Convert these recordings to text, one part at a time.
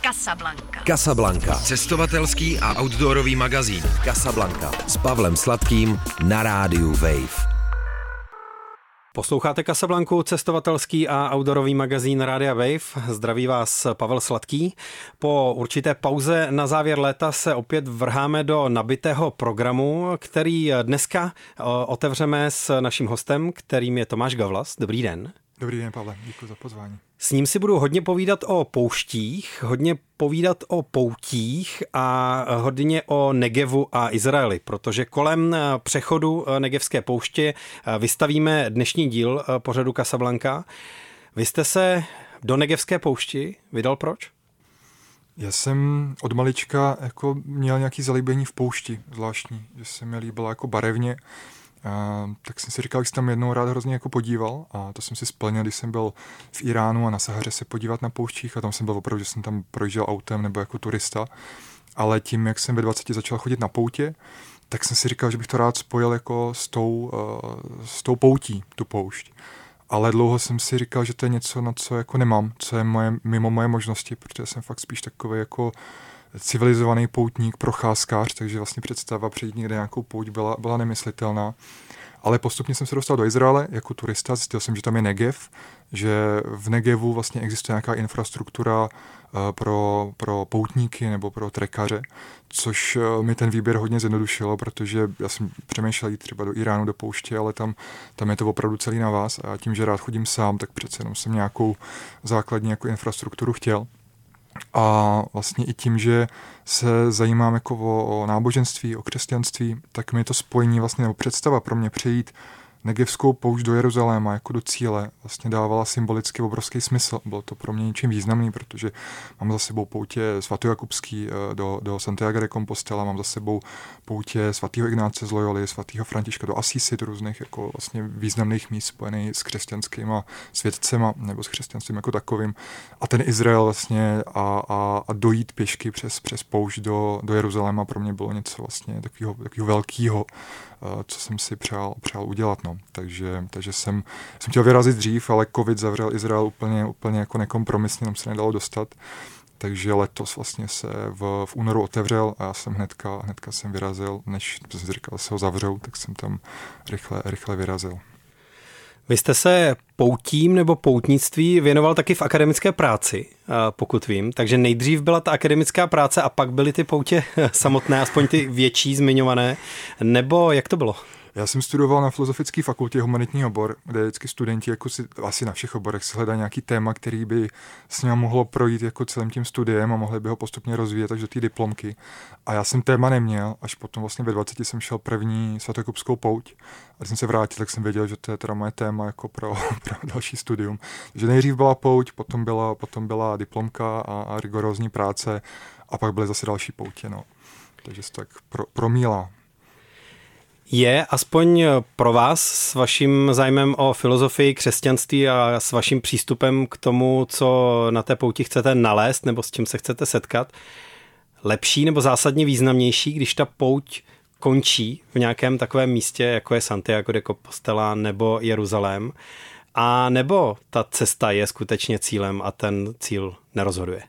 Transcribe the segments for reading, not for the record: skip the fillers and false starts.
Casablanca. Cestovatelský a outdoorový magazín. Casablanca s Pavlem Sladkým na rádiu Wave. Posloucháte Casablanku, cestovatelský a outdoorový magazín Rádia Wave. Zdraví vás Pavel Sladký. Po určité pauze na závěr léta se opět vrháme do nabitého programu, který dneska otevřeme s naším hostem, kterým je Tomáš Gavlas. Dobrý den. Dobrý den, Pavle, děkuji za pozvání. S ním si budu hodně povídat o pouštích, hodně povídat o poutích a hodně o Negevu a Izraeli, protože kolem přechodu Negevské pouště vystavíme dnešní díl pořadu Casablanca. Vy jste se do Negevské poušti vydal proč? Já jsem od malička jako měl nějaký zalíbení v poušti zvláštní, že se mi líbilo jako barevně. Tak jsem si říkal, že jsem tam jednou rád hrozně jako podíval a to jsem si splnil, když jsem byl v Iránu a na Sahaře se podívat na pouštích a tam jsem byl opravdu, že jsem tam projížděl autem nebo jako turista, ale tím, jak jsem ve 20 začal chodit na poutě, tak jsem si říkal, že bych to rád spojil jako s tou poutí, tu poušť. Ale dlouho jsem si říkal, že to je něco, na co jako nemám, co je mimo moje možnosti, protože jsem fakt spíš takový jako civilizovaný poutník, procházkář, takže vlastně představa přejít někde nějakou pouť byla nemyslitelná. Ale postupně jsem se dostal do Izraele jako turista, zjistil jsem, že tam je Negev, že v Negevu vlastně existuje nějaká infrastruktura pro poutníky nebo pro trekaře, což mi ten výběr hodně zjednodušilo, protože já jsem přemýšlel jít třeba do Iránu, do pouště, ale tam je to opravdu celý na vás a tím, že rád chodím sám, tak přece jenom jsem nějakou základní jako infrastrukturu chtěl. A vlastně i tím, že se zajímám jako o náboženství, o křesťanství, tak mi je to spojení vlastně nebo představa pro mě přejít Negevskou poušť do Jeruzaléma jako do cíle vlastně dávala symbolicky obrovský smysl. Bylo to pro mě něčím významný, protože mám za sebou poutě svatojakubský do Santiago de Compostela, mám za sebou poutě svatého Ignáce z Loyoly, svatého Františka do Assisi, do různých jako vlastně významných míst spojených s křesťanskýma světcema nebo s křesťanstvím jako takovým. A ten Izrael vlastně a dojít pěšky přes poušť do Jeruzaléma pro mě bylo něco vlastně takového velkého, co jsem si přál udělat. No. Takže jsem chtěl vyrazit dřív, ale covid zavřel Izrael úplně jako nekompromisně, nám se nedalo dostat. Takže letos vlastně se v únoru otevřel a já jsem hnedka jsem vyrazil, než jsem si říkal, že se ho zavřou, tak jsem tam rychle vyrazil. Vy jste se poutím nebo poutnictví věnoval taky v akademické práci, pokud vím. Takže nejdřív byla ta akademická práce a pak byly ty poutě samotné, aspoň ty větší zmiňované. Nebo jak to bylo? Já jsem studoval na Filozofické fakultě humanitní obor, kde vždycky studenti jako asi na všech oborech si hledají nějaký téma, který by s ním mohlo projít jako celým tím studiem a mohli by ho postupně rozvíjet až do té diplomky. A já jsem téma neměl, až potom vlastně ve 20 jsem šel první svatojakubskou pouť. A když jsem se vrátil, tak jsem věděl, že to je teda moje téma jako pro další studium. Takže nejdřív byla pouť, potom byla diplomka a rigorózní práce a pak byly zase další poutě. No. Takže se tak promílá. Je aspoň pro vás s vaším zájmem o filozofii, křesťanství a s vaším přístupem k tomu, co na té pouti chcete nalézt nebo s čím se chcete setkat, lepší nebo zásadně významnější, když ta pouť končí v nějakém takovém místě, jako je Santiago de Compostela nebo Jeruzalém, a nebo ta cesta je skutečně cílem a ten cíl nerozhoduje?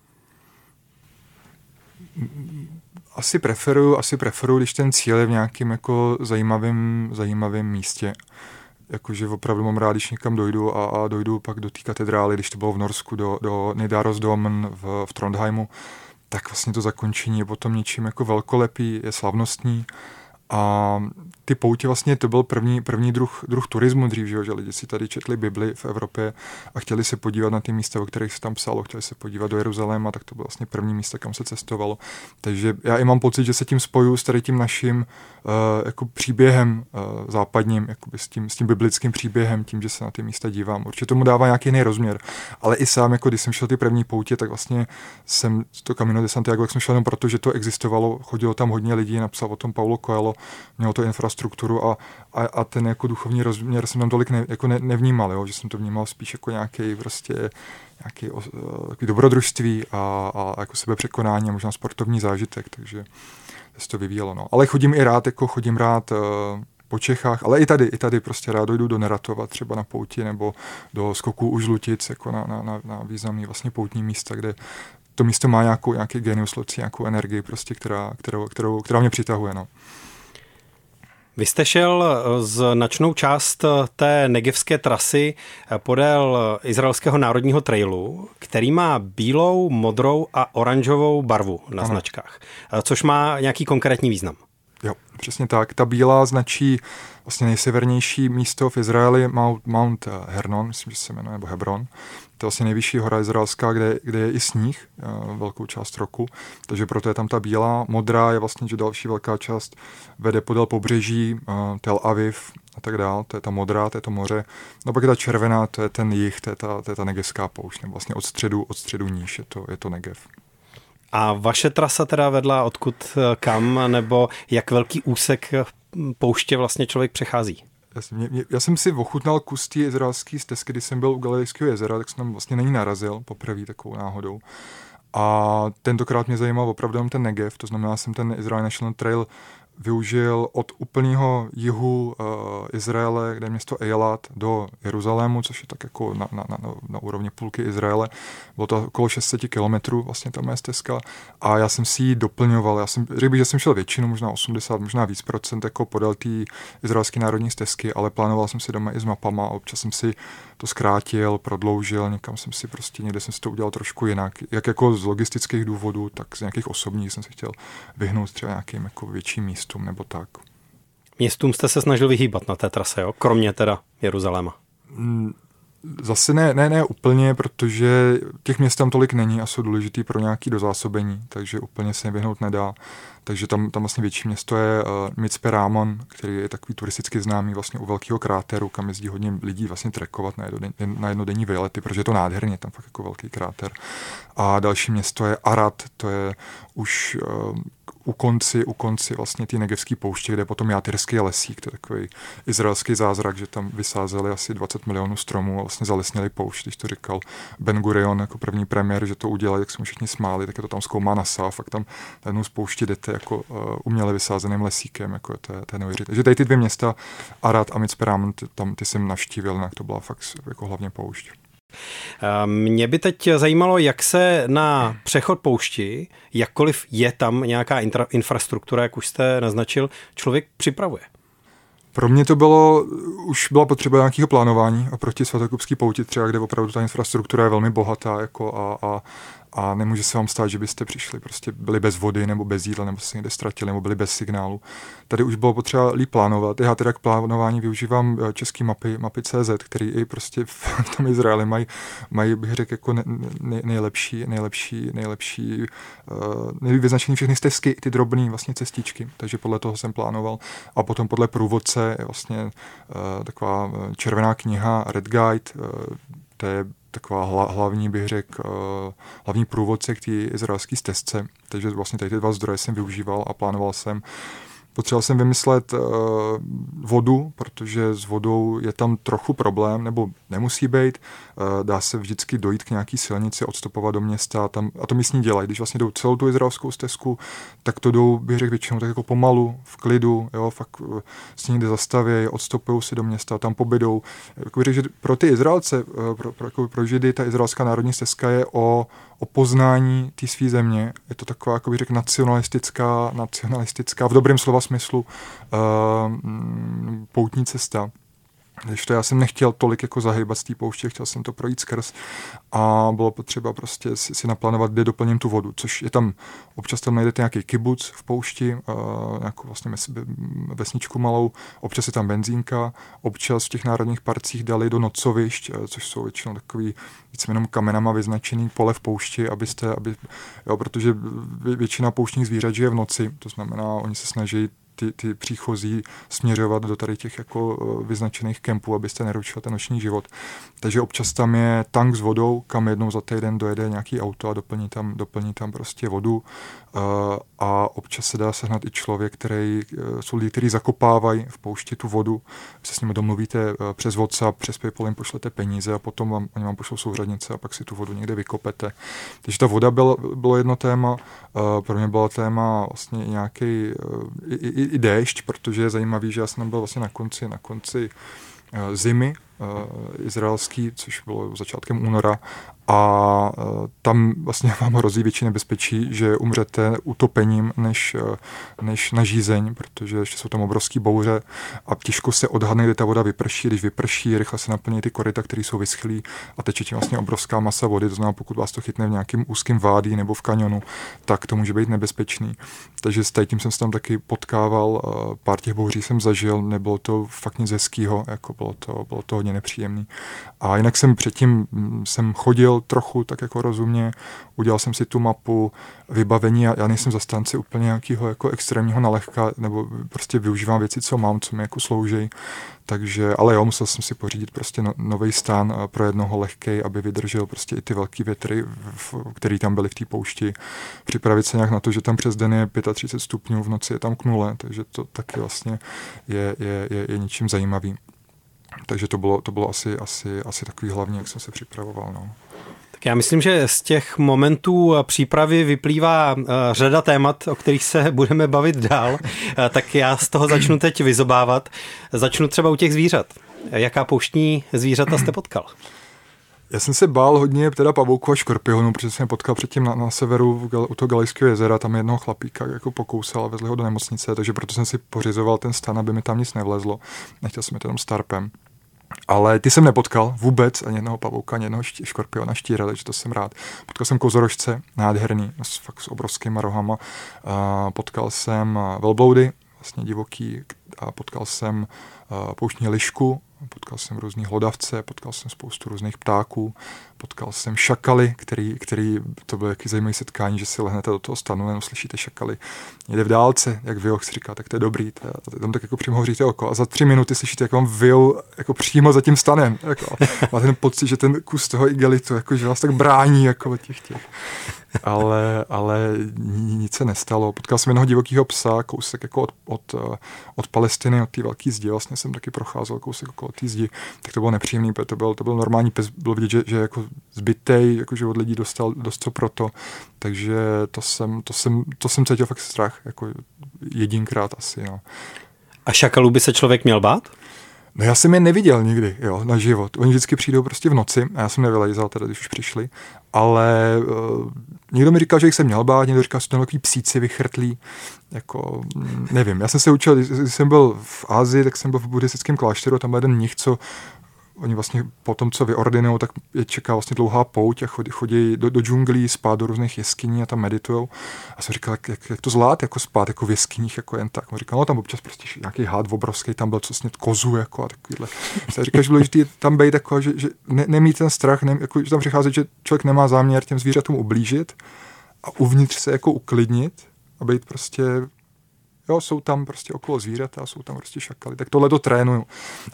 Asi preferuju, když ten cíl je v nějakém jako zajímavém místě. Jakože opravdu mám rád, když někam dojdu a dojdu pak do té katedrály, když to bylo v Norsku, do Nidarosdomen v Trondheimu, tak vlastně to zakončení je potom něčím jako velkolepý, je slavnostní. A ty poutě vlastně to byl první druh turismu dřív, že lidi si tady četli Bibli v Evropě a chtěli se podívat na ty místa, o kterých se tam psalo, chtěli se podívat do Jeruzaléma, tak to bylo vlastně první místo, kam se cestovalo. Takže já i mám pocit, že se tím spojuju s tady tím naším jako příběhem západním, jakoby s tím biblickým příběhem, tím, že se na ty místa dívám. Určitě tomu dává nějaký jiný rozměr, ale i sám, jako když jsem šel ty první poutě, tak vlastně jsem to Camino de Santiago, jak jsem šel jenom proto, že to existovalo, chodilo tam hodně lidí, napsal o tom Paulo Coelho, mělo to infrastrukturu a ten jako duchovní rozměr jsem tam tolik nevnímal, jo? Že jsem to vnímal spíš jako nějaký takový dobrodružství a jako sebepřekonání a možná sportovní zážitek, takže se to vyvíjelo. No. Ale chodím rád po Čechách, ale i tady prostě rád dojdu do Neratova, třeba na pouti nebo do skoků u Žlutic, jako na významný vlastně poutní místa, kde to místo má nějaký genius loci, nějakou energii, prostě, která mě přitahuje. No. Vy jste šel značnou část té negevské trasy podél izraelského národního trailu, který má bílou, modrou a oranžovou barvu na značkách, což má nějaký konkrétní význam. Jo, přesně tak. Ta bílá značí vlastně nejsevernější místo v Izraeli, Mount Hernon, myslím, že se jmenuje, nebo Hebron. To je vlastně nejvyšší hora izraelská, kde je i sníh velkou část roku, takže proto je tam ta bílá. Modrá je vlastně, že další velká část vede podél pobřeží, Tel Aviv a tak dál, to je ta modrá, to je to moře. No pak je ta červená, to je ten jih, to je ta negevská poušť, nebo vlastně od středu níž je to Negev. A vaše trasa teda vedla odkud kam, nebo jak velký úsek pouště vlastně člověk přechází? Já jsem si ochutnal kus té izraelské stezky, když jsem byl u Galilejského jezera, tak jsem tam vlastně na ní narazil poprvé takovou náhodou. A tentokrát mě zajímal opravdu ten Negev, to znamená, jsem ten Israel National Trail využil od úplného jihu Izraele, kde je město Eilat, do Jeruzalému, což je tak jako na úrovni půlky Izraele. Bylo to okolo 600 kilometrů vlastně ta mé stezka a já jsem si ji doplňoval. Řekl bych, že jsem šel většinu, možná 80, možná víc procent jako podél té izraelské národní stezky, ale plánoval jsem si doma i s mapama a občas jsem si to zkrátil, prodloužil, někde jsem si to udělal trošku jinak. Jak jako z logistických důvodů, tak z nějakých osobních jsem se chtěl vyhnout třeba nějakým jako větším místům nebo tak. Městům jste se snažil vyhýbat na té trase, jo? Kromě teda Jeruzaléma. Zase ne úplně, protože těch měst tam tolik není a jsou důležitý pro nějaké dozásobení, takže úplně se vyhnout nedá. Takže tam vlastně větší město je Mitzpe Ramon, který je takový turisticky známý vlastně u velkého kráteru, kam jezdí hodně lidí vlastně trekovat na jednodenní výlety, protože je to nádherně, tam fakt jako velký kráter. A další město je Arad, to je už u konci vlastně ty negevský pouště, kde je potom Játyrský lesík, to je takový izraelský zázrak, že tam vysázeli asi 20 milionů stromů a vlastně zalesnili poušť, když to říkal Ben Gurion jako první premiér, že to udělali, jak se mu všichni smáli, tak je to tam zkoumá NASA a fakt tam jednou z pouště jdete jako uměle vysázeným lesíkem, jako to je neuvěřitelné. Takže tady ty dvě města, Arad a Mitzpe Ramon, ty jsem navštívil, jinak to byla fakt jako hlavně poušť. Mě by teď zajímalo, jak se na přechod poušti, jakkoliv je tam nějaká infrastruktura, jak už jste naznačil, člověk připravuje. Pro mě to už byla potřeba nějakého plánování oproti Svatokupské pouti, třeba kde opravdu ta infrastruktura je velmi bohatá jako a nemůže se vám stát, že byste přišli, prostě byli bez vody nebo bez jídla, nebo se někde ztratili, nebo byli bez signálu. Tady už bylo potřeba líp plánovat. Já teda k plánování využívám český mapy CZ, který i prostě v tom Izraeli mají bych řekl, jako nejlepší vyznačený všechny stezky, ty drobné vlastně cestičky, takže podle toho jsem plánoval. A potom podle průvodce je vlastně taková červená kniha Red Guide, to je taková hlavní, bych řekl, hlavní průvodce k té izraelské stezce. Takže vlastně tady ty dva zdroje jsem využíval a plánoval jsem. Potřeboval jsem vymyslet vodu, protože s vodou je tam trochu problém, nebo nemusí být. Dá se vždycky dojít k nějaký silnici, odstopovat do města a to místní dělají. Když vlastně jdou celou tu izraelskou stezku, tak to jdou, bych řekl, většinou tak jako pomalu, v klidu, jo, fakt si někde zastaví, odstopují si do města, tam pobydou. Jako řekl, že pro ty Izraelce, pro Židy, ta izraelská národní stezka je o poznání té své země. Je to taková, jako bych řekl, nacionalistická, v dobrém slova smyslu, poutní cesta. Když to já jsem nechtěl tolik jako zahýbat z té pouště, chtěl jsem to projít skrz a bylo potřeba prostě si naplánovat, kde doplním tu vodu, což je tam, občas tam najdete nějaký kibuc v poušti, nějakou vlastně vesničku malou, občas je tam benzínka, občas v těch národních parcích dali do nocovišť, což jsou většinou takový víceméně kamenama vyznačený pole v poušti, protože většina pouštních zvířat žije v noci, to znamená, oni se snaží ty příchozí směřovat do tady těch jako vyznačených kempů, abyste nerušil ten noční život. Takže občas tam je tank s vodou, kam jednou za týden dojede nějaký auto a doplní tam prostě vodu. A občas se dá sehnat i člověk, jsou lidi, kteří zakopávají v poušti tu vodu. Se s nimi domluvíte přes WhatsApp, přes PayPal jim pošlete peníze a potom oni vám pošlou souřadnice a pak si tu vodu někde vykopete. Takže ta voda bylo jedno téma. Pro mě bylo téma vlastně nějaký i déšť, protože je zajímavý, že já jsem byl vlastně na konci zimy izraelský, což bylo začátkem února a tam vlastně vám hrozí větší nebezpečí, že umřete utopením než na žízeň, protože ještě jsou tam obrovský bouře a těžko se odhadne, kdy ta voda vyprší. Když vyprší, rychle se naplní ty koryta, které jsou vyschlý a teče tím vlastně obrovská masa vody. To znamená, pokud vás to chytne v nějakém úzkém vádí nebo v kanionu, tak to může být nebezpečný. Takže s tím jsem se tam taky potkával, pár těch bouří jsem zažil, nebylo to fakt nic hezkýho, jako bylo to hodně nepříjemný. A jinak předtím jsem chodil trochu tak jako rozumně, udělal jsem si tu mapu, vybavení a já nejsem zastánce úplně nějakého jako extrémního nalehka, nebo prostě využívám věci, co mám, co mi jako slouží. Takže, ale jo, musel jsem si pořídit prostě nový stán pro jednoho lehkej, aby vydržel prostě i ty velký větry, který tam byly v té poušti. Připravit se nějak na to, že tam přes den je 35 stupňů, v noci je tam k 0, takže to taky vlastně je něčím zajímavý. Takže to bylo asi takový hlavní, jak jsem se připravoval. No. Tak já myslím, že z těch momentů přípravy vyplývá řada témat, o kterých se budeme bavit dál, tak já z toho začnu teď vyzobávat. Začnu třeba u těch zvířat. Jaká pouštní zvířata jste potkal? Já jsem se bál hodně teda pavouku a škorpionů, protože jsem je potkal předtím na severu u toho Galejského jezera, tam jednoho chlapíka jako pokousal a vezli ho do nemocnice, takže proto jsem si pořizoval ten stan, aby mi tam nic nevlezlo. Nechtěl jsem je tam s tarpem. Ale ty jsem nepotkal vůbec ani jednoho pavouka, ani jednoho škorpiona, štíra, takže to jsem rád. Potkal jsem kozorožce, nádherný, fakt s obrovskýma rohama. Potkal jsem velbloudy, vlastně divoký, a potkal jsem pouštní lišku, potkal jsem různý hlodavce, potkal jsem spoustu různých ptáků, potkal jsem šakaly, který to bylo jaký zajímavé setkání, že si lehnete do toho stanu, jenom slyšíte šakaly. Jde v dálce, jak vyjoh si říká, tak to je dobrý, tam tak jako přímo hoříte oko a za 3 minuty slyšíte, jak vám vyjou jako přímo za tím stanem. Jako. Máte ten pocit, že ten kus toho igelitu, jako, že vás tak brání jako od těch. Ale nic se nestalo. Potkal jsem jednoho divokého psa, kousek jako od Palestiny, od té velké zdi, vlastně jsem taky procházel kousek okolo té zdi, tak to bylo nepříjemný, protože to byl normální pes, bylo vidět, že jako zbytej, jako že od lidí dostal dost co proto, takže to jsem cítil fakt strach, jako jedinkrát asi, no. A šakalů by se člověk měl bát? No já jsem je neviděl nikdy, jo, na život. Oni vždycky přijdou prostě v noci a já jsem nevylejzal teda, když už přišli, ale někdo mi říkal, že jich jsem měl bát, někdo říkal, že jsou tam takový psíci vychrtlí, jako nevím. Já jsem se učil, když jsem byl v Asii, tak jsem byl v buddhistickém klášteru, tam byl jeden mnich, co oni vlastně po tom, co vyordinujou, tak je čeká vlastně dlouhá pouť a chodí do džunglí, spát do různých jeskyní a tam meditujou. A jsem říkal, jak to zvládat, jako spát jako v jeskyních, jako jen tak. On říkal, no tam občas prostě nějaký hád obrovský, tam byl co snět kozu, jako a takovýhle. Já říkal, že důležitý tam být jako, že nemít ten strach, jako, že tam přichází, že člověk nemá záměr těm zvířatům ublížit a uvnitř se jako uklidnit a být prostě. Jo, jsou tam prostě okolo zvířata, jsou tam prostě šakaly. Tak tohle to trénuju.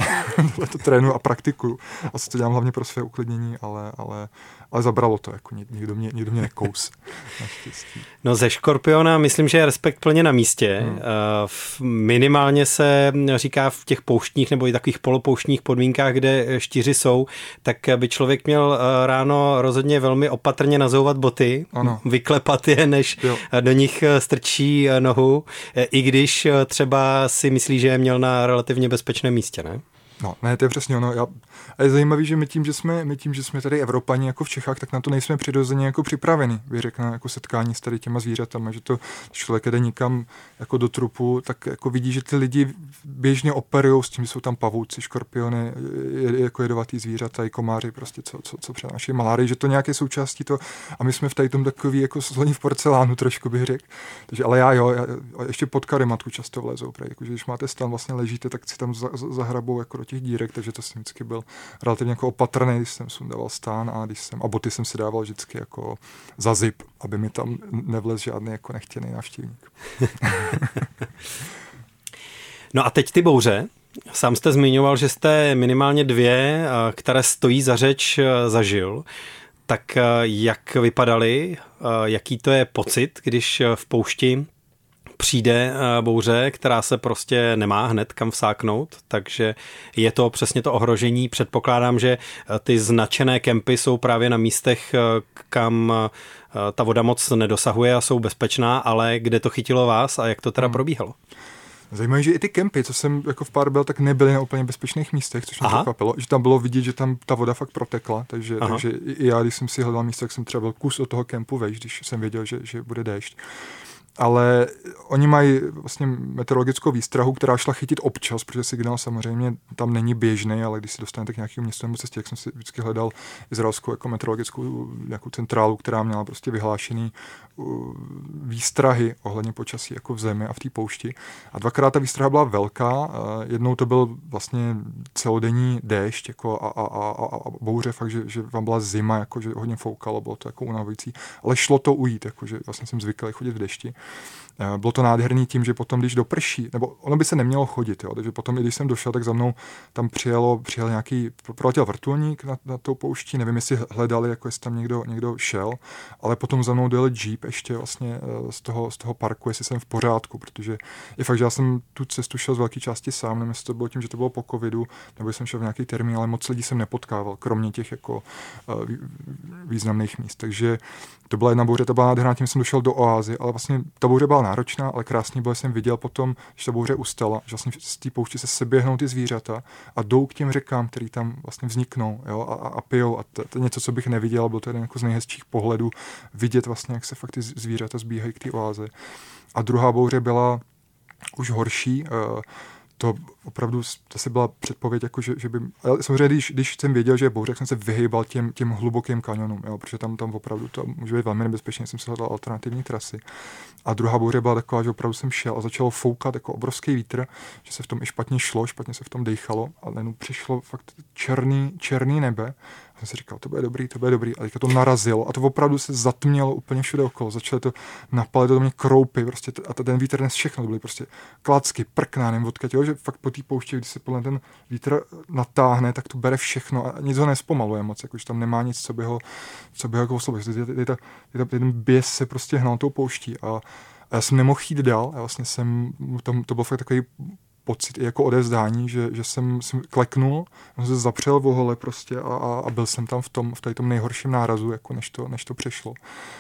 A praktikuju. Asi to dělám hlavně pro své uklidnění, ale zabralo to, jako nikdo mě nekous. Naštěstí. No ze škorpiona myslím, že je respekt plně na místě. Minimálně se říká v těch pouštních nebo i takových polopouštních podmínkách, kde štíři jsou, tak by člověk měl ráno rozhodně velmi opatrně nazouvat boty, ano. Vyklepat je, než do nich strčí nohu, i když třeba si myslí, že je měl na relativně bezpečném místě, ne? No, ne, to je přesně ono. A je zajímavý, že my tím, že jsme tady Evropani jako v Čechách, tak na to nejsme přirozeně jako připraveni, bych řekl, na jako setkání s tady těma zvířatama, že to člověk jde nikam jako do trupu, tak jako vidí, že ty lidi běžně operujou s tím, že jsou tam pavouci, škorpiony, jako jedovatý zvířata, i komáři, prostě co přenáší malárii, že to nějaké součástí to, a my jsme v tady tom takový jako sloní v porcelánu trošku, bych řekl. Takže, ale já ještě pod karimatku často vlezou, protože když máte stan, vlastně ležíte, tak si tam zahrabou jako do těch dírek, takže to jsem vždycky byl relativně jako opatrný, když jsem sundával stán a boty jsem si dával vždycky jako za zip, aby mi tam nevlez žádný jako nechtěný návštěvník. No a teď ty bouře. Sám jste zmiňoval, že jste minimálně 2, které stojí za řeč, zažil. Tak jak vypadaly, jaký to je pocit, když v poušti přijde bouře, která se prostě nemá hned kam vsáknout, takže je to přesně to ohrožení. Předpokládám, že ty značené kempy jsou právě na místech, kam ta voda moc nedosahuje a jsou bezpečná, ale kde to chytilo vás a jak to teda probíhalo? Zajímavé, že i ty kempy, co jsem jako v pár byl, tak nebyly na úplně bezpečných místech, což mě překvapilo, že tam bylo vidět, že tam ta voda fakt protekla, takže i já, když jsem si hledal místo, tak jsem třeba byl kus od toho kempu vejš, když jsem věděl, že bude déšť. Ale oni mají vlastně meteorologickou výstrahu, která šla chytit občas, protože signál samozřejmě tam není běžný, ale když se dostanete k nějakému městu nebo cestě, jak jsem si vždycky hledal izraelskou jako meteorologickou nějakou centrálu, která měla prostě vyhlášený výstrahy ohledně počasí jako v zemi a v té poušti. A dvakrát ta výstraha byla velká, jednou to byl vlastně celodenní déšť jako a bouře, fakt, že vám byla zima, jako, že hodně foukalo, bylo to jako unavující, ale šlo to ujít, jako, že vlastně jsem zvyklý chodit v dešti. Bylo to nádherný tím, že potom, když doprší, nebo ono by se nemělo chodit, jo, takže potom, i když jsem došel, tak za mnou tam přijel nějaký, proletěl vrtulník na tou pouští, nevím, jestli hledali, jako jestli tam někdo šel, ale potom za mnou dojel jeep ještě vlastně z toho parku, jestli jsem v pořádku, protože je fakt, že já jsem tu cestu šel z velké části sám, nevím, jestli to bylo tím, že to bylo po covidu, nebo jsem šel v nějaký termín, ale moc lidí jsem nepotkával, kromě těch jako významných míst, takže to byla jedna bouře, to byla nádherná, tím jsem došel do oázy, ale vlastně ta bouře byla náročná, ale krásný byl, jsem viděl potom, že ta bouře ustala, že vlastně z té pouště se seběhnou ty zvířata a jdou k těm řekám, který tam vlastně vzniknou, jo, a pijou, a to je něco, co bych neviděl, byl to jeden jako z nejhezčích pohledů vidět vlastně, jak se fakt ty zvířata zbíhají k té oáze. A druhá bouře byla už horší, to opravdu zase byla předpověď, jako že by... Ale samozřejmě, když jsem věděl, že je bouře, tak jsem se vyhýbal těm hlubokým kanionům, jo, protože tam opravdu to může být velmi nebezpečné, jsem si hledal alternativní trasy. A druhá bouře byla taková, že opravdu jsem šel a začalo foukat jako obrovský vítr, že se v tom i špatně šlo, špatně se v tom dejchalo, a najednou přišlo fakt černý nebe. A jsem si říkal, to bude dobrý, a teďka to narazilo a to opravdu se zatmělo úplně všude okolo, začaly to napalit do mě kroupy, prostě, a ten vítr nes všechno, to byly prostě klacky, prkná, nevím odkud, že fakt po té poušti, když se podle ten vítr natáhne, tak to bere všechno a nic ho nespomaluje moc, jakože tam nemá nic, co by ho jako oslabilo. Ten běs se prostě hnal tou pouští a já jsem nemohl jít dál, a vlastně to byl fakt takový pocit i jako odevzdání, že jsem kleknul, jsem se zapřel o hole prostě a byl jsem tam v tom nejhorším nárazu, jako než to přešlo.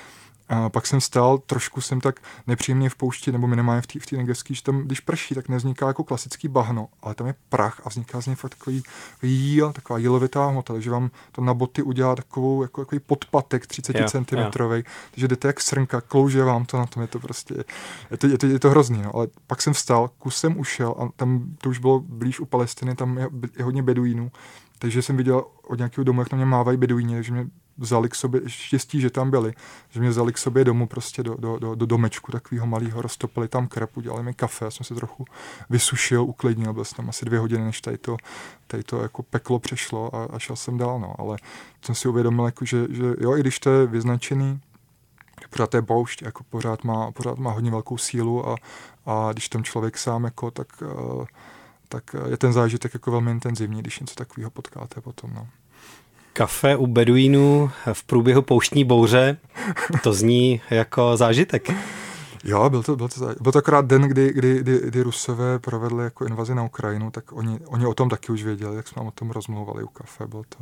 A pak jsem stál, trošku jsem tak nepříjemně v poušti, nebo minimálně v té Negevské, že tam, když prší, tak nevzniká jako klasický bahno, ale tam je prach a vzniká z něj fakt taková jílovitá hmota, takže vám to na boty udělá takový podpatek 30 cm, takže jdete jak srnka, klouže vám to na tom, je to prostě, je to hrozný, no. Ale pak jsem vstal, kus jsem ušel a tam to už bylo blíž u Palestiny, tam je hodně beduínů, takže jsem viděl od nějakého domu, jak na mě mávají beduíni, takže mě vzali k sobě, štěstí, že tam byli, že mě vzali k sobě domů prostě do domečku takového malého, roztopili tam krep, udělali mi kafe, já jsem se trochu vysušil, uklidnil, byl jsem tam asi 2 hodiny, než tady to jako peklo přešlo a šel jsem dál, no, ale jsem si uvědomil, jako, že jo, i když to je vyznačený, pořád to je poušť, jako pořád má hodně velkou sílu a když tam člověk sám, jako, tak je ten zážitek jako velmi intenzivní, když něco takového potkáte potom, no. Kafe u beduínů v průběhu pouštní bouře, to zní jako zážitek. Jo, byl to akorát den, kdy Rusové provedli jako invazi na Ukrajinu, tak oni o tom taky už věděli, jak jsme o tom rozmluvali u kafe,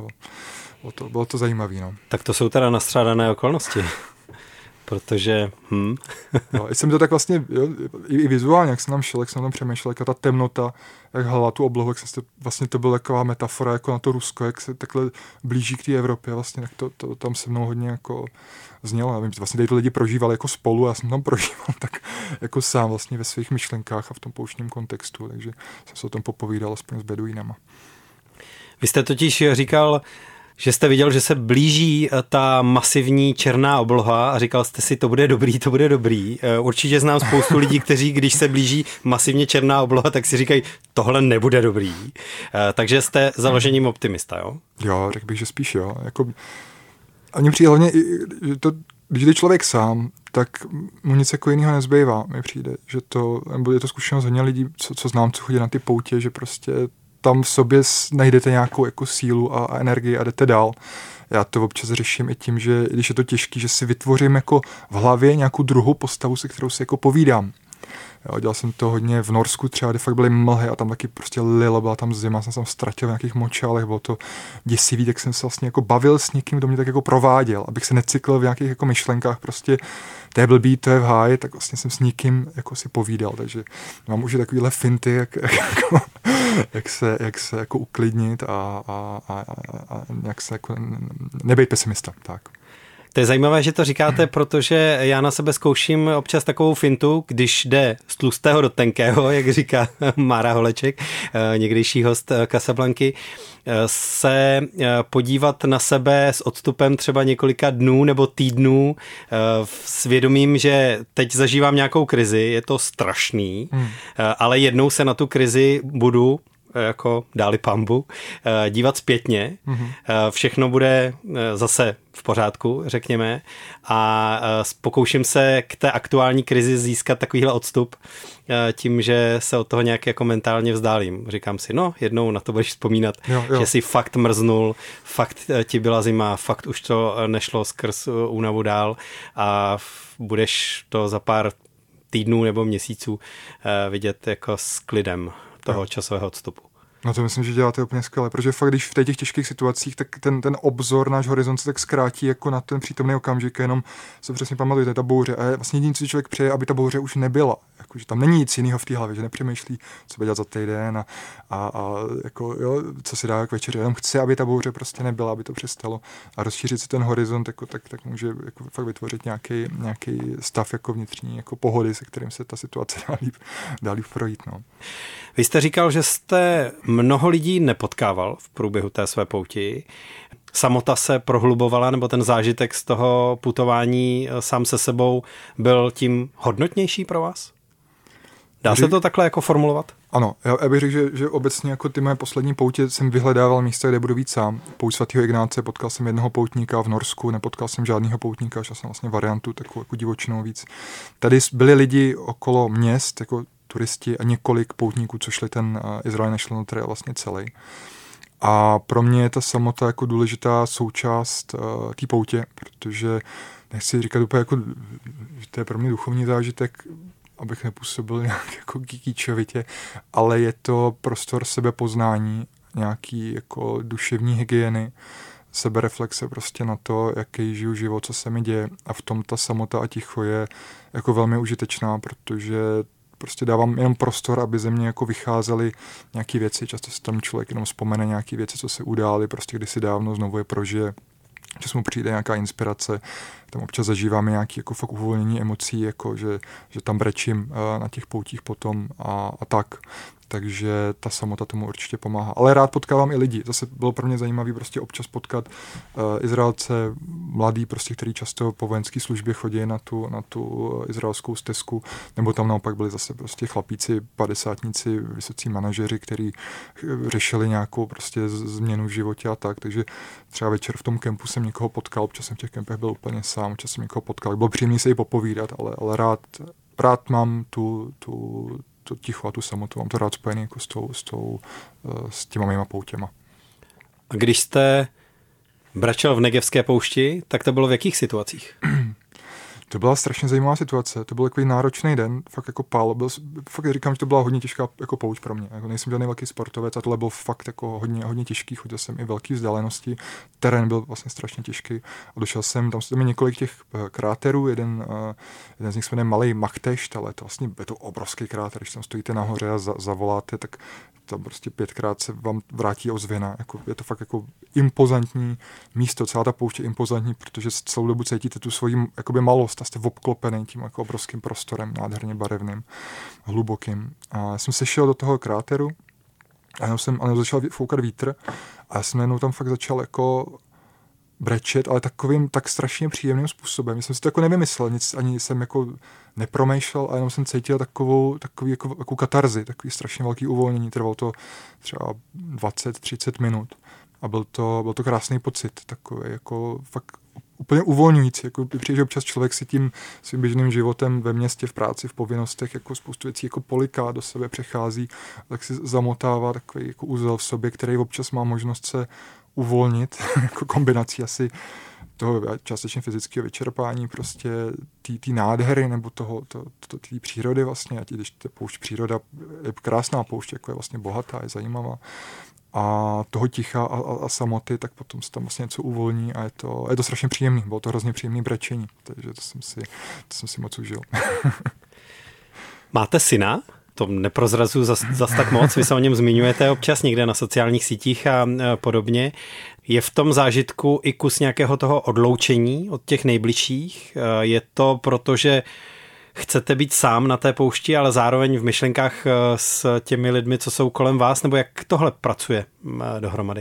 bylo to zajímavé. No. Tak to jsou teda nastřádané okolnosti. Protože... No, jsem to tak vlastně, jo, i vizuálně, jak jsem tam šel, jak jsem tam přemýšlel, jak ta temnota, jak hala tu oblohu, jak jsem vlastně to byla taková metafora jako na to Rusko, jak se takhle blíží k té Evropě, vlastně, tak to tam se mnou hodně jako znělo. Já vím, vlastně tady to lidi prožívali jako spolu, já jsem tam prožíval tak jako sám vlastně ve svých myšlenkách a v tom pouštním kontextu, takže jsem se o tom popovídal aspoň s beduínama. Vy jste totiž říkal, že jste viděl, že se blíží ta masivní černá obloha a říkal jste si, to bude dobrý. Určitě znám spoustu lidí, kteří, když se blíží masivně černá obloha, tak si říkají, tohle nebude dobrý. Takže jste založením optimista, jo? Jo, řekl bych, že spíš jo. Jako, a mně přijde hlavně, že to, když jde člověk sám, tak mu nic jako jiného nezbývá, mi přijde. Že nebo je to zkušenost hodně lidí, co znám, co chodí na ty poutě, že prostě tam v sobě najdete nějakou jako sílu a energii a jdete dál. Já to občas řeším i tím, že když je to těžký, že si vytvořím jako v hlavě nějakou druhou postavu, se kterou si jako povídám. Jo, dělal jsem to hodně v Norsku třeba, kde fakt byly mlhy a tam taky prostě lilo, byla tam zima, jsem se tam ztratil v nějakých močálech, bylo to děsivý, tak jsem se vlastně jako bavil s někým, kdo mě tak jako prováděl, abych se necyklil v nějakých jako myšlenkách, prostě to je blbý, to je v háji, tak vlastně jsem s někým jako si povídal, takže mám už takovýhle finty, jak se jako uklidnit a jak se jako nebejt pesimista, tak. To je zajímavé, že to říkáte, protože já na sebe zkouším občas takovou fintu, když jde z tlustého do tenkého, jak říká Mára Holeček, někdejší host Casablanky, se podívat na sebe s odstupem třeba několika dnů nebo týdnů s vědomím, že teď zažívám nějakou krizi, je to strašný, ale jednou se na tu krizi budu jako dáli pambu, dívat zpětně, všechno bude zase v pořádku, řekněme, a pokouším se k té aktuální krizi získat takovýhle odstup tím, že se od toho nějak jako mentálně vzdálím. Říkám si, no, jednou na to budeš vzpomínat, jo. Že jsi fakt mrznul, fakt ti byla zima, fakt už to nešlo skrz únavu dál a budeš to za pár týdnů nebo měsíců vidět jako s klidem toho časového odstupu. No to myslím, že děláte úplně skvěle, protože fakt, když v těch těžkých situacích, tak ten obzor, náš horizont se tak zkrátí jako na ten přítomný okamžik, jenom se přesně pamatujete, ta bouře. A je vlastně jediné, co člověk přeje, aby ta bouře už nebyla. Jako, že tam není nic jiného v té hlavě, že nepřemýšlí, co bude dělat za týden a jako, jo, co si dá k večeři. Jenom chce, aby ta bouře prostě nebyla, aby to přestalo. A rozšířit si ten horizont, jako, tak může jako fakt vytvořit nějaký stav jako vnitřní jako pohody, se kterým se ta situace dá líp projít. No. Vy jste říkal, že jste mnoho lidí nepotkával v průběhu té své pouti. Samota se prohlubovala, nebo ten zážitek z toho putování sám se sebou byl tím hodnotnější pro vás? Dá se to takhle jako formulovat? Ano, já bych řekl, že obecně jako ty moje poslední poutě jsem vyhledával místa, kde budu víc sám. Pouť svatého Ignáce, potkal jsem jednoho poutníka v Norsku, nepotkal jsem žádného poutníka, šel jsem vlastně variantu takovou jako divočinou víc. Tady byli lidi okolo měst, jako turisti a několik poutníků, co šli ten Israel National Trail vlastně celý. A pro mě je ta samota jako důležitá součást té poutě, protože nechci říkat úplně jako, že to je pro mě duchovní zážitek, abych nepůsobil nějak jako kýčovitě, ale je to prostor sebepoznání, nějaký jako duševní hygieny, sebereflexe prostě na to, jaký žiju život, co se mi děje a v tom ta samota a ticho je jako velmi užitečná, protože prostě dávám jenom prostor, aby ze mě jako vycházely nějaké věci, často se tam člověk jenom vzpomene nějaké věci, co se udály, prostě kdysi dávno znovu je prožije, že mu přijde nějaká inspirace, tam občas zažíváme nějaké jako fakt uvolnění emocí, jako že tam brečím na těch poutích potom a tak. Takže ta samota tomu určitě pomáhá. Ale rád potkávám i lidi. Zase bylo pro mě zajímavé prostě občas potkat Izraelce mladý, prostě, který často po vojenské službě chodí na tu izraelskou stezku, nebo tam naopak byli zase prostě chlapíci, padesátníci, vysocí manažeři, kteří řešili nějakou prostě změnu v životě a tak. Takže třeba večer v tom kempu jsem někoho potkal, občas jsem v těch kempech byl úplně sám, občas jsem někoho potkal. Bylo příjemné se jí popovídat, ale rád mám tu ticho a tu samotu. Mám to rád spojený jako s těma mýma poutěma. A když jste brečel v Negevské poušti, tak to bylo v jakých situacích? To byla strašně zajímavá situace. To byl takový náročný den, fakt jako fakt říkám, že to byla hodně těžká jako pouť pro mě. Jako nejsem žádný velký sportovec a tohle byl fakt jako hodně těžký. Chodil jsem i velký vzdálenosti. Terén byl vlastně strašně těžký. A došel jsem, tam je několik těch kráterů, jeden z nich se jmenuje Malý Machtešt, ale to vlastně je to obrovský kráter, když tam stojíte nahoře a zavoláte, tak tam prostě 5krát se vám vrátí ozvěna. Jako, je to fakt jako impozantní místo, celá ta pouště je impozantní, protože celou dobu cítíte tu svoji jakoby malost a jste obklopený tím jako obrovským prostorem, nádherně barevným, hlubokým. A já jsem se šel do toho kráteru a začal foukat vítr a já jsem jenom tam fakt začal jako brečet, ale takovým tak strašně příjemným způsobem. Já jsem si to jako nevymyslel, nic ani jsem jako nepromýšlel a jenom jsem cítil takovou jako katarzi, takový strašně velký uvolnění. Trvalo to třeba 20-30 minut a byl to krásný pocit, takový jako fakt úplně uvolňující. Jako přijde, že občas člověk si tím svým běžným životem ve městě, v práci, v povinnostech jako spoustu věcí jako poliká, do sebe přechází, tak si zamotává takový jako úzel v sobě, který občas má možnost se uvolnit, jako kombinací asi toho částečně fyzického vyčerpání, prostě té nádhery nebo té přírody vlastně, ať když ta poušť příroda je krásná poušť, jako je vlastně bohatá, je zajímavá, a toho ticha a samoty, tak potom se tam vlastně něco uvolní a je to strašně příjemný. Bylo to hrozně příjemný brečení, takže to jsem si moc užil. Máte syna? To neprozrazuju zas tak moc, vy se o něm zmiňujete občas někde na sociálních sítích a podobně. Je v tom zážitku i kus nějakého toho odloučení od těch nejbližších? Je to proto, že chcete být sám na té poušti, ale zároveň v myšlenkách s těmi lidmi, co jsou kolem vás, nebo jak tohle pracuje dohromady?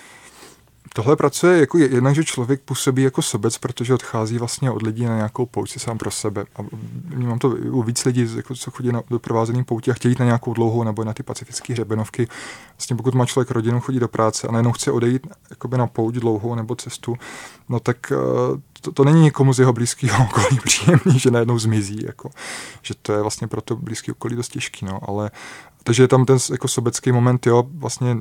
Tohle pracuje jako jednak, že člověk působí jako sobec, protože odchází vlastně od lidí na nějakou pouť sám pro sebe. A mám to u víc lidí, jako co chodí na doprovázený poutí a chtějí jít na nějakou dlouhou nebo na ty pacifické hřebenovky. Vlastně pokud má člověk rodinu, chodí do práce a najednou chce odejít jakoby na pouť dlouhou nebo cestu, no tak to není nikomu z jeho blízkého okolí příjemný, že najednou zmizí. Jako, že to je vlastně pro to blízké okolí dost těžký. No, ale, takže je tam ten jako sobecký moment, jo, vlastně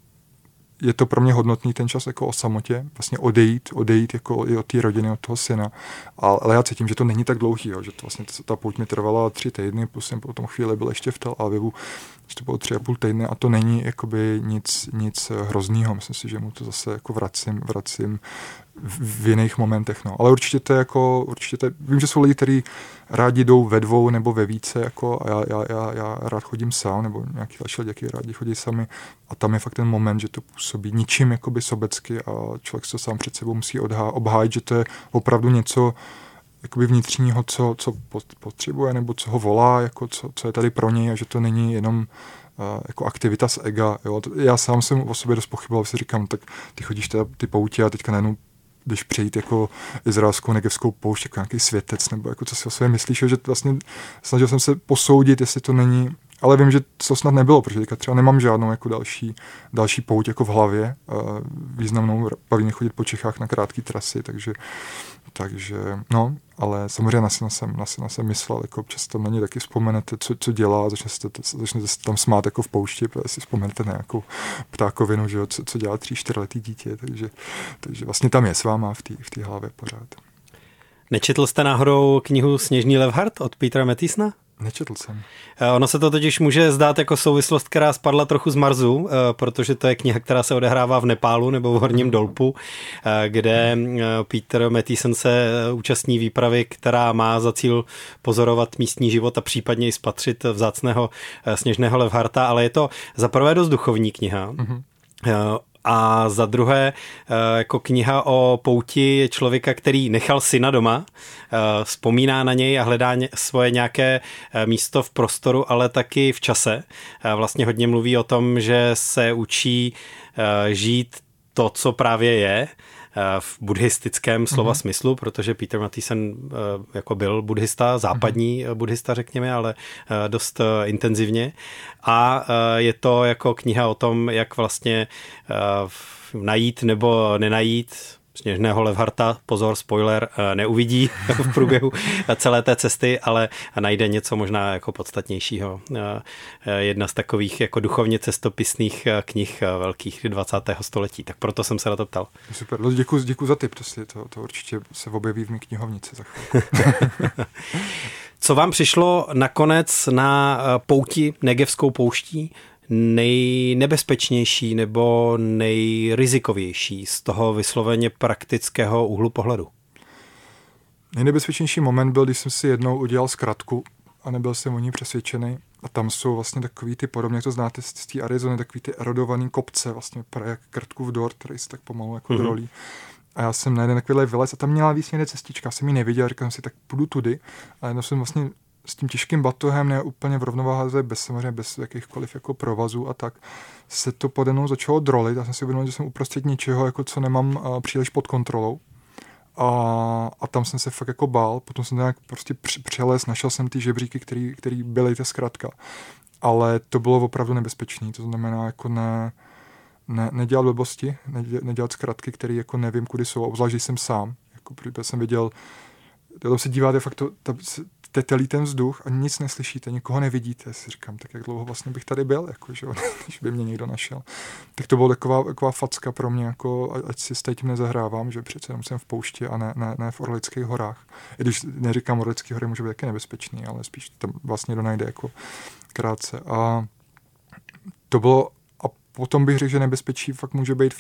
je to pro mě hodnotný ten čas jako o samotě, vlastně odejít jako i od té rodiny, od toho syna. Ale já cítím, že to není tak dlouhý, jo, že to vlastně ta pouť mi trvala 3 týdny, plus jsem po tom chvíli byl ještě v Tel Avivu, že to bylo 3,5 týdny a to není jakoby nic hroznýho. Myslím si, že mu to zase jako vracím v jiných momentech. No. Ale určitě to je vím, že jsou lidi, kteří rádi jdou ve 2 nebo ve více, jako a já rád chodím sám, nebo nějaký další lidi, kteří rádi chodí sami. A tam je fakt ten moment, že to působí ničím jakoby sobecky a člověk se sám před sebou musí obhájit, že to je opravdu něco jakoby vnitřního, co potřebuje, nebo co ho volá, jako co je tady pro něj a že to není jenom jako aktivita z ega. Jo. Já sám jsem o sobě dost pochyboval, si říkám, tak ty chodíš ty poutě a teďka najednou když přejít jako izraelskou negevskou poušť, jako nějaký světec, nebo jako co si o sobě myslíš, že vlastně snažil jsem se posoudit, jestli to není, ale vím, že to snad nebylo, protože teďka třeba nemám žádnou jako další pouť jako v hlavě, významnou, baví mě chodit po Čechách na krátké trasy, takže no, ale samozřejmě na syna jsem myslel, jako občas tam na něj taky vzpomenete, co dělá, začnete se tam smát jako v poušti, protože si vzpomenete na nějakou ptákovinu, že jo, co dělá 3-4letý dítě, takže vlastně tam je s váma v té hlavě pořád. Nečetl jste náhodou knihu Sněžný Levhart od Petera Mathiesona? Nečetl jsem. Ono se to totiž může zdát jako souvislost, která spadla trochu z Marsu, protože to je kniha, která se odehrává v Nepálu nebo v Horním Dolpu, kde Peter Mathieson se účastní výpravy, která má za cíl pozorovat místní život a případně i spatřit vzácného sněžného levharta, ale je to za prvé dost duchovní kniha. Mm-hmm. A za druhé jako kniha o pouti člověka, který nechal syna doma, vzpomíná na něj a hledá svoje nějaké místo v prostoru, ale taky v čase. Vlastně hodně mluví o tom, že se učí žít to, co právě je, v buddhistickém slova smyslu, protože Peter Mathieson jako byl buddhista, západní buddhista, řekněme, ale dost intenzivně. A je to jako kniha o tom, jak vlastně najít nebo nenajít sněžného levharta, pozor, spoiler, neuvidí v průběhu celé té cesty, ale najde něco možná jako podstatnějšího. Jedna z takových jako duchovně cestopisných knih velkých 20. století. Tak proto jsem se na to ptal. Super, děkuji za tip, to určitě se objeví v mé knihovnici za chvíli. Co vám přišlo nakonec na pouti, Negevskou pouští, nejnebezpečnější nebo nejrizikovější z toho vysloveně praktického úhlu pohledu? Nejnebezpečnější moment byl, když jsem si jednou udělal zkratku a nebyl jsem o ní přesvědčený. A tam jsou vlastně takový ty, podobně jak to znáte z té Arizony, takový ty erodovaný kopce, vlastně jak Krtkův dort, který se tak pomalu jako drolí. A já jsem na jeden takovýhle vylez a tam měla víc někde cestička, jsem ji neviděl, říkal jsem si, tak půjdu tudy. A jednou jsem vlastně s tím těžkým batohem, ne úplně v rovnováze, bez jakýchkoliv jako provazů a tak, se to pode mnou začalo drolit. Já jsem si uvědomil, že jsem uprostřed něčeho, jako co nemám příliš pod kontrolou. A tam jsem se fakt jako bál. Potom jsem nějak prostě přelez, našel jsem ty žebříky, který byly ta zkratka. Ale to bylo opravdu nebezpečné. To znamená jako nedělat blbosti, nedělat zkratky, které jako nevím, kudy jsou. Obzvlášť, když jsem sám. Jako, protože jsem viděl, tam se díváte fakt tetelí ten vzduch a nic neslyšíte, nikoho nevidíte. Si říkám, tak jak dlouho vlastně bych tady byl, jako, že, když by mě někdo našel. Tak to byla taková facka pro mě, jako, ať si s tím nezahrávám, že přece jenom jsem v poušti a ne v Orlických horách. I když neříkám, Orlické hory může být taky nebezpečný, ale spíš tam vlastně donajde jako krátce. A to bylo, a potom bych řekl, že nebezpečí fakt může být v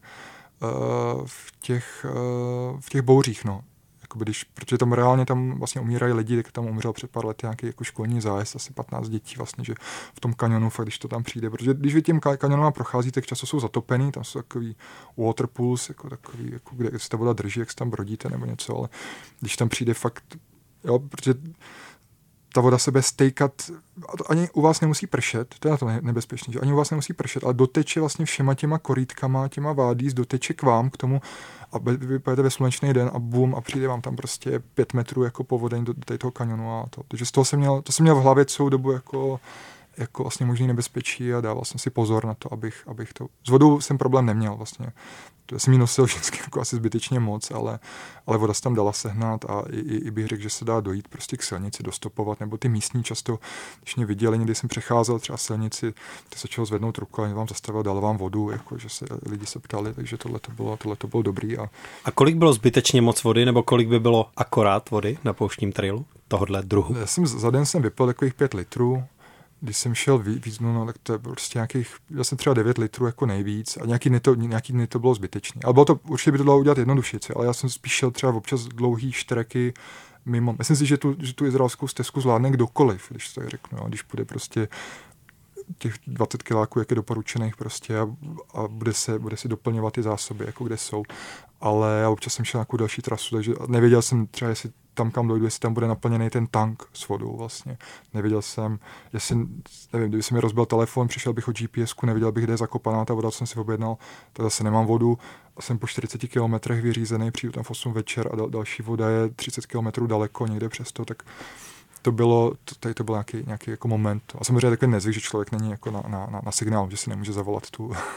těch bouřích, no. Protože tam reálně tam vlastně umírají lidi, tak tam umřel před pár lety nějaký jako školní zájezd, asi 15 dětí vlastně, že v tom kanionu fakt, když to tam přijde, protože když vy tím kanionem procházíte, tak často jsou zatopený, tam jsou takový waterpools, jako takový, jako kde se ta voda drží, jak se tam brodíte nebo něco, ale když tam přijde fakt, jo, protože ta voda se bude stejkat, ani u vás nemusí pršet, to je na to nebezpečný, že ani u vás nemusí pršet, ale doteče vlastně všema těma korytkama, těma vádí, doteče k vám, k tomu a vy pojete ve slunečný den a bum a přijde vám tam prostě 5 metrů jako povodeň do toho kanionu a to. Takže z toho jsem měl v hlavě celou dobu jako vlastně možný nebezpečí a dával jsem si pozor na to, abych to... S vodou jsem problém neměl vlastně. To jsem ji nosil vždycky jako asi zbytečně moc, ale voda se tam dala sehnat a i bych řekl, že se dá dojít prostě k silnici, dostopovat, nebo ty místní často, když mě viděli, někdy jsem přecházel třeba silnici, to se začalo zvednout ruku a vám zastavil, dal vám vodu, jako, že se lidi se ptali, takže tohle to bylo dobrý. A kolik bylo zbytečně moc vody, nebo kolik by bylo akorát vody na pouštním trailu tohohle druhu? Za den jsem vypil takových 5 litrů, když jsem šel víc, no, tak to je prostě nějakých, já jsem třeba 9 litrů jako nejvíc a nějaký dny to bylo zbytečné. Ale bylo to, určitě by to dalo udělat jednodušici, ale já jsem spíš šel třeba občas dlouhý štreky mimo. Myslím si, že tu izraelskou stezku zvládne kdokoliv, když to tak řeknu, jo, když půjde prostě těch 20 kiláků, jak je doporučených prostě a bude si doplňovat ty zásoby, jako kde jsou. Ale já občas jsem šel nějakou další trasu, takže nevěděl jsem třeba, jestli tam, kam dojdu, jestli tam bude naplněný ten tank s vodou vlastně. Nevěděl jsem, nevím, kdyby se mi rozbil telefon, přišel bych o GPS-ku, nevěděl bych, kde je zakopaná ta voda, co jsem si objednal, tak zase nemám vodu a jsem po 40 kilometrech vyřízený, přijdu tam v 8 večer a další voda je 30 kilometrů daleko, někde přesto, tak to byl nějaký jako moment. A samozřejmě takový nezvyk, že člověk není jako na signál, že si nemůže zavolat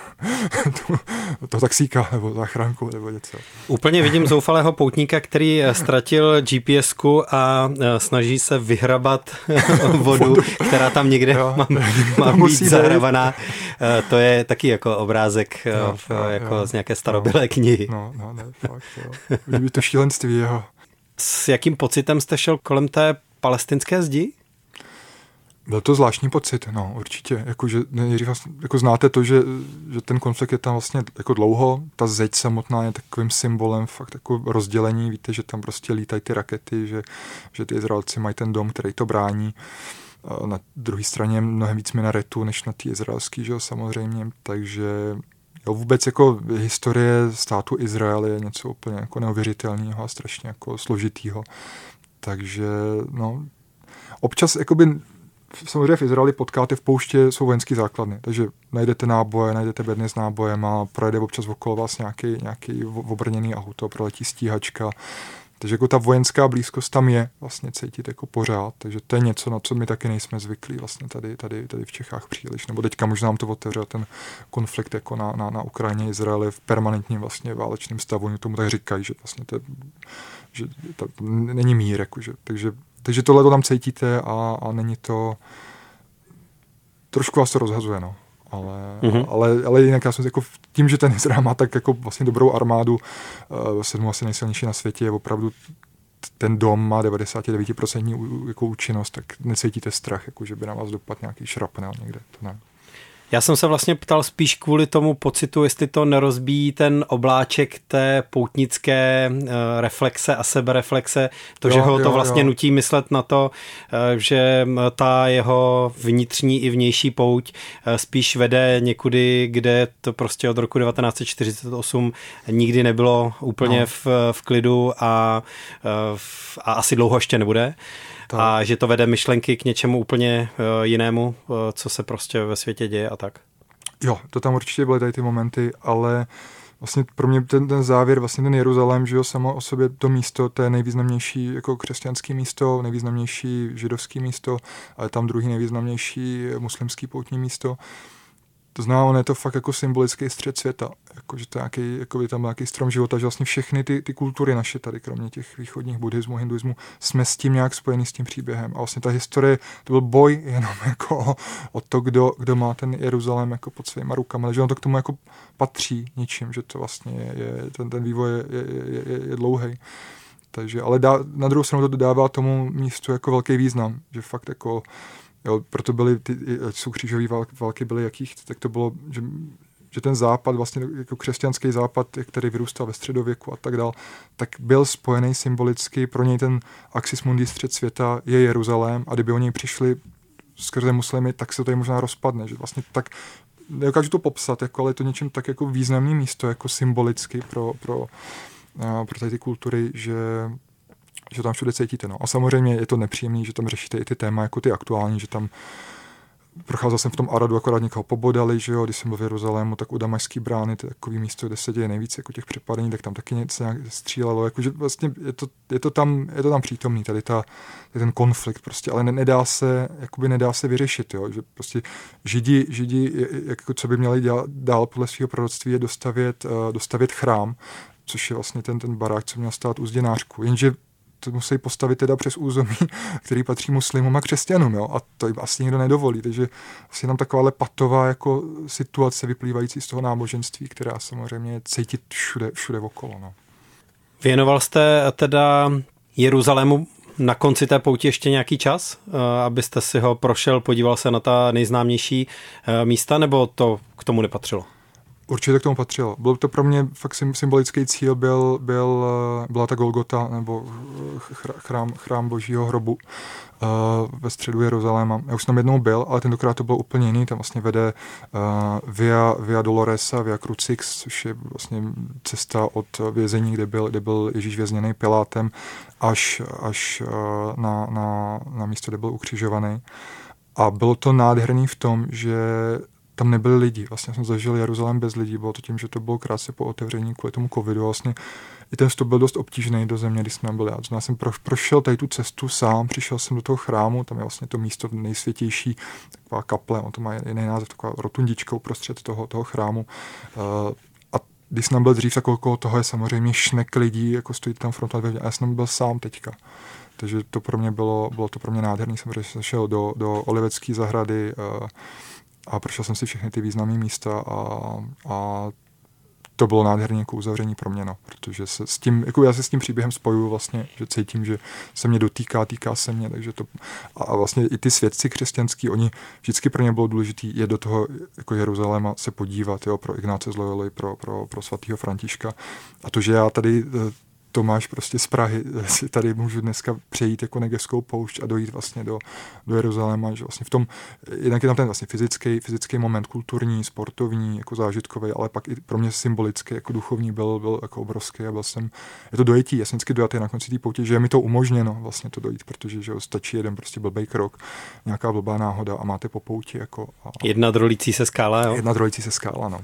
toho taxíka nebo záchranku nebo něco. Úplně vidím zoufalého poutníka, který ztratil GPSku a snaží se vyhrabat vodu, která tam někde má být zahravaná. To je taky jako obrázek z nějaké starobylé knihy. Ne, fakt, jo. Kdyby to šílenství jeho. S jakým pocitem jste šel kolem té palestinské zdi? Byl to zvláštní pocit, no, určitě. Jakože jako znáte to, že ten konflikt je tam vlastně jako dlouho, ta zeď samotná je takovým symbolem fakt jako rozdělení, víte, že tam prostě lítají ty rakety, že ty Izraelci mají ten dom, který to brání. Na druhé straně je mnohem víc minaretů, než na ty izraelský, že jo, samozřejmě, takže jo, vůbec jako historie státu Izrael je něco úplně jako neuvěřitelného a strašně jako složitýho. Takže, no, občas, jakoby, samozřejmě v Izraeli potkáte v pouště, jsou vojenský základny, takže najdete náboje, najdete bedny s nábojem a projede občas okolo vás nějaký obrněný auto, proletí stíhačka, takže jako ta vojenská blízkost tam je vlastně cítit jako pořád, takže to je něco, na co my taky nejsme zvyklí vlastně tady v Čechách příliš, nebo teďka možná nám to otevřel ten konflikt jako na Ukrajině, Izraeli v permanentním vlastně válečném stavu, oni tomu tak říkají, že vlastně že není mír, jakože, takže tohle to tam cítíte a není to, trošku vás to rozhazuje, no. Ale jinak já jsem jako tím, že ten Izrael má tak jako vlastně dobrou armádu, 7 asi nejsilnější na světě, je opravdu ten dom má 99% jako účinnost, tak necítíte strach, jako že by na vás dopadl nějaký šrapnel někde, to ne. Já jsem se vlastně ptal spíš kvůli tomu pocitu, jestli to nerozbíjí ten obláček té poutnické reflexe a sebereflexe, že ho to vlastně nutí myslet na to, že ta jeho vnitřní i vnější pouť spíš vede někudy, kde to prostě od roku 1948 nikdy nebylo úplně v klidu a asi dlouho ještě nebude. Tak. A že to vede myšlenky k něčemu úplně jinému, co se prostě ve světě děje a tak. Jo, to tam určitě byly tady ty momenty, ale vlastně pro mě ten závěr, vlastně ten Jeruzalém, že jo, samo o sobě to místo, to je nejvýznamnější jako křesťanský místo, nejvýznamnější židovský místo, ale tam druhý nejvýznamnější muslimský poutní místo. To znamená, on je to fakt jako symbolický střed světa, jako, že to nějaký, jako by tam nějaký strom života, že vlastně všechny ty kultury naše tady, kromě těch východních buddhismu, hinduismu, jsme s tím nějak spojený s tím příběhem. A vlastně ta historie, to byl boj jenom jako o to, kdo má ten Jeruzalém jako pod svýma rukama, že on to k tomu jako patří ničím, že to vlastně ten vývoj je dlouhý. Takže, ale na druhou stranu to dodává tomu místu jako velký význam, že fakt jako jo, proto byly jsou křížové války byly jakých, tak to bylo, že ten západ, vlastně jako křesťanský západ, který vyrůstal ve středověku a tak dál, tak byl spojený symbolicky, pro něj ten axis mundi, střed světa je Jeruzalém a kdyby oni přišli skrze muslimy, tak se to možná rozpadne, že vlastně tak, nedokážu to popsat, jako, ale je to něčím tak jako významný místo, jako symbolicky pro tady ty kultury, že tam všude cítíte. No. A samozřejmě je to nepříjemný, že tam řešíte i ty téma, jako ty aktuální, že tam procházel jsem v tom Aradu, akorát někoho pobodali, že jo, když jsem byl v Jeruzalému, tak u Damašské brány, to je takový místo, kde se děje nejvíc jako těch přepadení, tak tam taky něco nějak střílelo, jakože vlastně je to tam přítomný, tady ten konflikt prostě, ale nedá se vyřešit, jo, že prostě Židi jako co by měli dělat dál podle svého proroctví je dostavět chrám, což je vlastně ten barák, co měl stát u Zděnářku, jenže to musí postavit teda přes území, který patří muslimům a křesťanům, jo? A to jim asi nikdo nedovolí, takže vlastně tam taková patová jako situace vyplývající z toho náboženství, která samozřejmě cítit všude okolo. No. Věnoval jste teda Jeruzalému na konci té pouti ještě nějaký čas, abyste si ho prošel, podíval se na ta nejznámější místa, nebo to k tomu nepatřilo? Určitě k tomu patřilo. Byl to pro mě fakt symbolický cíl, byla ta Golgota, nebo chrám Božího hrobu ve středu Jeruzaléma. Já už jsem tam jednou byl, ale tentokrát to bylo úplně jiný. Tam vlastně vede Via Dolorosa, Via Crucix, což je vlastně cesta od vězení, kde byl Ježíš vězněný Pilátem, až na místo, kde byl ukřižovaný. A bylo to nádherný v tom, že tam nebyli lidi. Vlastně jsem zažil Jeruzalém bez lidí. Bylo to tím, že to bylo krátce po otevření kvůli tomu covidu. Vlastně i ten vstup byl dost obtížný do země, když jsme byli. Já jsem prošel tady tu cestu sám, přišel jsem do toho chrámu, tam je vlastně to místo nejsvětější, taková kaple, on to má jiný název, taková rotundička uprostřed toho chrámu. A když jsem byl dřív, tak okolo toho je samozřejmě šnek lidí, jako stojí tam fronta, a já jsem byl sám teďka. Takže to pro mě bylo to pro mě nádherný. Jsem šel do Olivecké zahrady, a prošel jsem si všechny ty významné místa a to bylo nádherné jako uzavření pro mě, no, protože já se s tím příběhem spojuju vlastně, že cítím, že se mě týká se mě, takže to a vlastně i ty svědci křesťanský, oni vždycky pro ně bylo důležité je do toho jako Jeruzaléma se podívat, jo, pro Ignáce z Loyoly, pro svatého Františka a to, že já tady Tomáš prostě z Prahy, si tady můžu dneska přejít jako Negeskou poušť a dojít vlastně do Jeruzaléma, že vlastně v tom, jinak je tam ten vlastně fyzický moment, kulturní, sportovní, jako zážitkový, ale pak i pro mě symbolický, jako duchovní byl jako obrovský a je to dojetí, já jsem vždycky dojatý na konci té poutě, že je mi to umožněno vlastně to dojít, protože že stačí jeden prostě blbej krok, nějaká blbá náhoda a máte po pouti jako. Jedna drolící se skála, jo? Jedna drolící se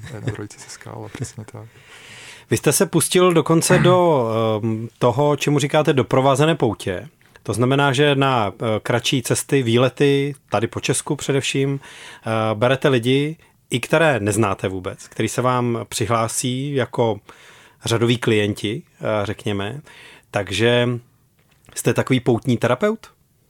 skála, přesně tak. Vy jste se pustil dokonce do toho, čemu říkáte doprovázené poutě. To znamená, že na kratší cesty, výlety, tady po Česku především, berete lidi, i které neznáte vůbec, který se vám přihlásí jako řadoví klienti, řekněme. Takže jste takový poutní terapeut?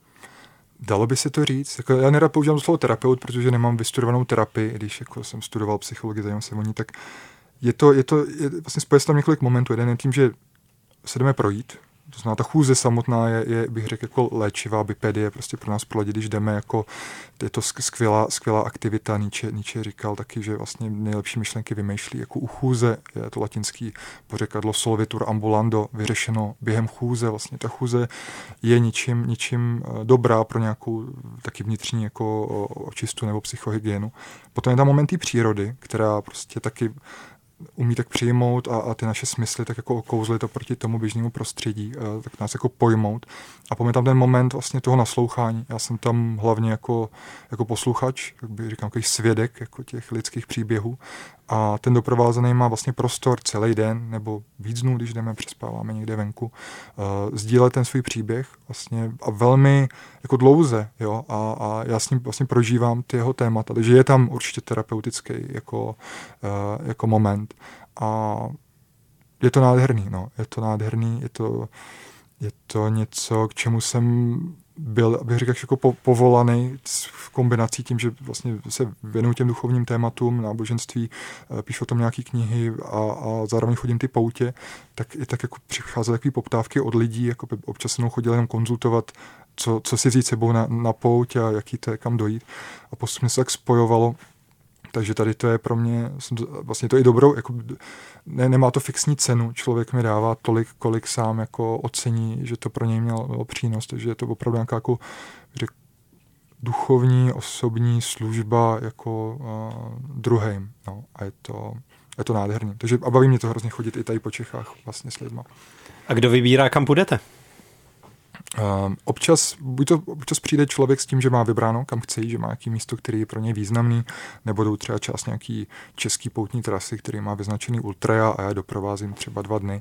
Dalo by se to říct. Jako já nerad používám slovo terapeut, protože nemám vystudovanou terapii, když jako jsem studoval psychologii, zajímám se o ní, tak je vlastně spoje se tam několik momentů. Jeden je tím, že se jdeme projít. To znamená, ta chůze samotná je bych řekl, jako léčivá bipedie, prostě pro nás pro lidi, když jdeme, jako je to skvělá aktivita. Nietzsche říkal taky, že vlastně nejlepší myšlenky vymýšlí jako u chůze, je to latinský pořekadlo solvitur ambulando, vyřešeno během chůze. Vlastně ta chůze je ničím dobrá pro nějakou taky vnitřní jako očistu nebo psychohygienu. Potom je tam moment té přírody, která prostě taky umí tak přijmout a ty naše smysly tak jako okouzlit oproti tomu běžnému prostředí, tak nás jako pojmout. A potom je tam ten moment vlastně toho naslouchání. Já jsem tam hlavně jako posluchač, jak bych říkal, jako svědek jako těch lidských příběhů a ten doprovázený má vlastně prostor celý den nebo víc dnů, když jdeme, přespáváme někde venku, sdílet ten svůj příběh vlastně a velmi jako dlouze, jo, a já s ním vlastně prožívám ty jeho témata, takže je tam určitě terapeutický jako moment a je to nádherný, je to něco, k čemu jsem byl, abych řekl, jako povolaný v kombinací tím, že vlastně se věnuju těm duchovním tématům, náboženství, píšu o tom nějaké knihy a zároveň chodím ty poutě, tak i tak jako přicházely takové poptávky od lidí, jako občas se mnou chodil jenom konzultovat, co si vzít sebou na pouť a jaký to je, kam dojít. A postupně se tak spojovalo. Takže tady to je pro mě, vlastně to i dobrou, jako nemá to fixní cenu, člověk mi dává tolik, kolik sám jako ocení, že to pro něj mělo přínos, takže je to opravdu nějaká jako duchovní, osobní služba jako druhým, no, a je to nádherný. Takže a baví mě to hrozně chodit i tady po Čechách vlastně s lidma. A kdo vybírá, kam půjdete? Občas přijde člověk s tím, že má vybráno, kam chce jít, že má nějaký místo, který je pro něj významný, nebo jdou třeba část nějaký český poutní trasy, který má vyznačený ultraja a já doprovázím třeba 2 dny,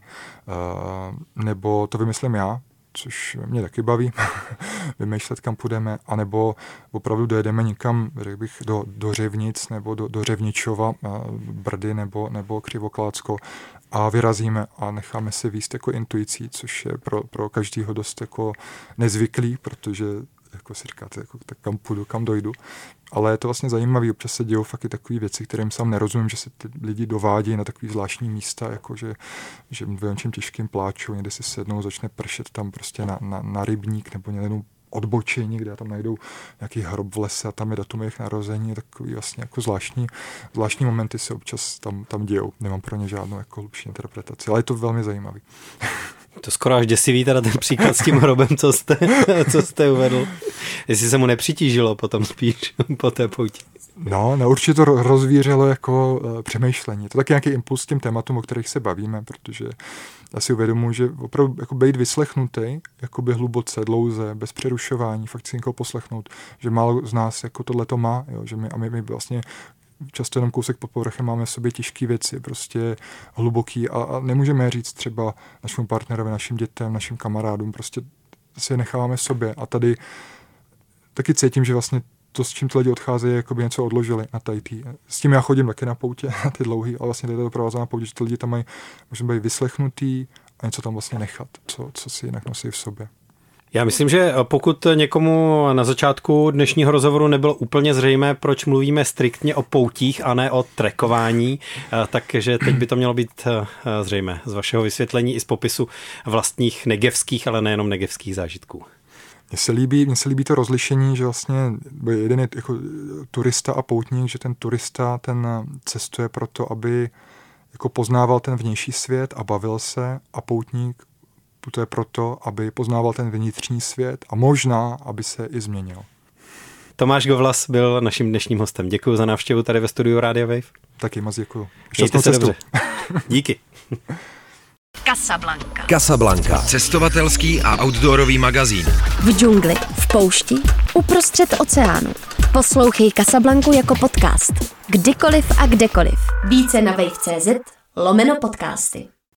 nebo to vymyslím já, což mě taky baví, vymýšlet, kam půjdeme, anebo opravdu dojedeme někam, řekl bych, do Řevnic nebo do Řevničova, Brdy nebo Křivoklácko a vyrazíme a necháme si vést jako intuicí, což je pro každýho dost jako nezvyklý, protože jako si říkáte, jako, tak kam půjdu, kam dojdu. Ale je to vlastně zajímavé, občas se dějou fakt i takové věci, kterým sám nerozumím, že se ty lidi dovádějí na takové zvláštní místa, jako že v něčem těžkým pláčou, někde si sednou, začne pršet tam prostě na rybník nebo někde odbočí někde a tam najdou nějaký hrob v lese a tam je datum jejich narození, takový vlastně jako zvláštní momenty se občas tam dějou. Nemám pro ně žádnou jako hlubší interpretaci, ale je to velmi zajímavý. To skoro až děsivý teda ten příklad s tím hrobem, co jste uvedl. Jestli se mu nepřitížilo potom spíš po té pouti. No, určitě to rozvířilo jako přemýšlení. To je taky nějaký impuls těm tématům, o kterých se bavíme, protože já si uvědomuji, že opravdu jako být vyslechnutý, jakoby hluboce, dlouze, bez přerušování, fakt si někoho poslechnout, že málo z nás jako tohleto má, jo, že my vlastně často jenom kousek pod povrchem máme v sobě těžké věci, prostě hluboký a nemůžeme říct třeba našemu partnerovi, našim dětem, našim kamarádům, prostě si je necháváme sobě a tady taky cítím, že vlastně to, s čím ty lidi odcházejí, jako by něco odložili na tajtý. S tím já chodím taky na poutě, na ty dlouhý, ale vlastně tady to doprovázá na poutě, že ty lidi tam mají, můžeme být vyslechnutý a něco tam vlastně nechat, co si jinak nosí v sobě. Já myslím, že pokud někomu na začátku dnešního rozhovoru nebylo úplně zřejmé, proč mluvíme striktně o poutích a ne o trekování, takže teď by to mělo být zřejmé z vašeho vysvětlení i z popisu vlastních negevských, ale nejenom negevských zážitků. Mně se líbí to rozlišení, že vlastně jeden je jako turista a poutník, že ten turista ten cestuje proto, aby jako poznával ten vnější svět a bavil se, a poutník putuje proto, aby poznával ten vnitřní svět a možná, aby se i změnil. Tomáš Govlas byl naším dnešním hostem. Děkuji za návštěvu tady ve studiu Radio Wave. Taky moc děkuji. Mějte se dobře. Díky. Casablanca. Cestovatelský a outdoorový magazín. V džungli, v poušti, uprostřed oceánu. Poslouchej Casablancu jako podcast. Kdykoliv a kdekoliv. Více na wave.cz/podcasty.